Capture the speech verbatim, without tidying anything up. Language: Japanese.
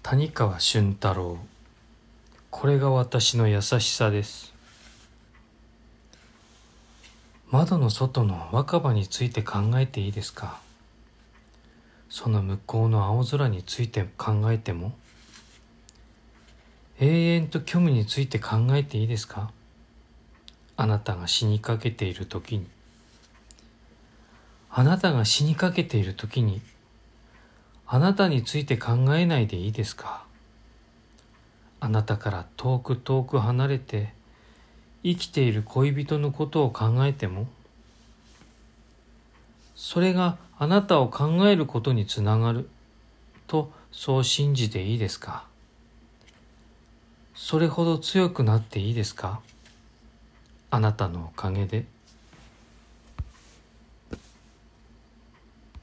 谷川俊太郎。これが私の優しさです。窓の外の若葉について考えていいですか。その向こうの青空について考えても、永遠と虚無について考えていいですか。あなたが死にかけている時に、あなたが死にかけている時に、あなたについて考えないでいいですか。あなたから遠く遠く離れて生きている恋人のことを考えても、それがあなたを考えることにつながるとそう信じていいですか。それほど強くなっていいですか。あなたのおかげで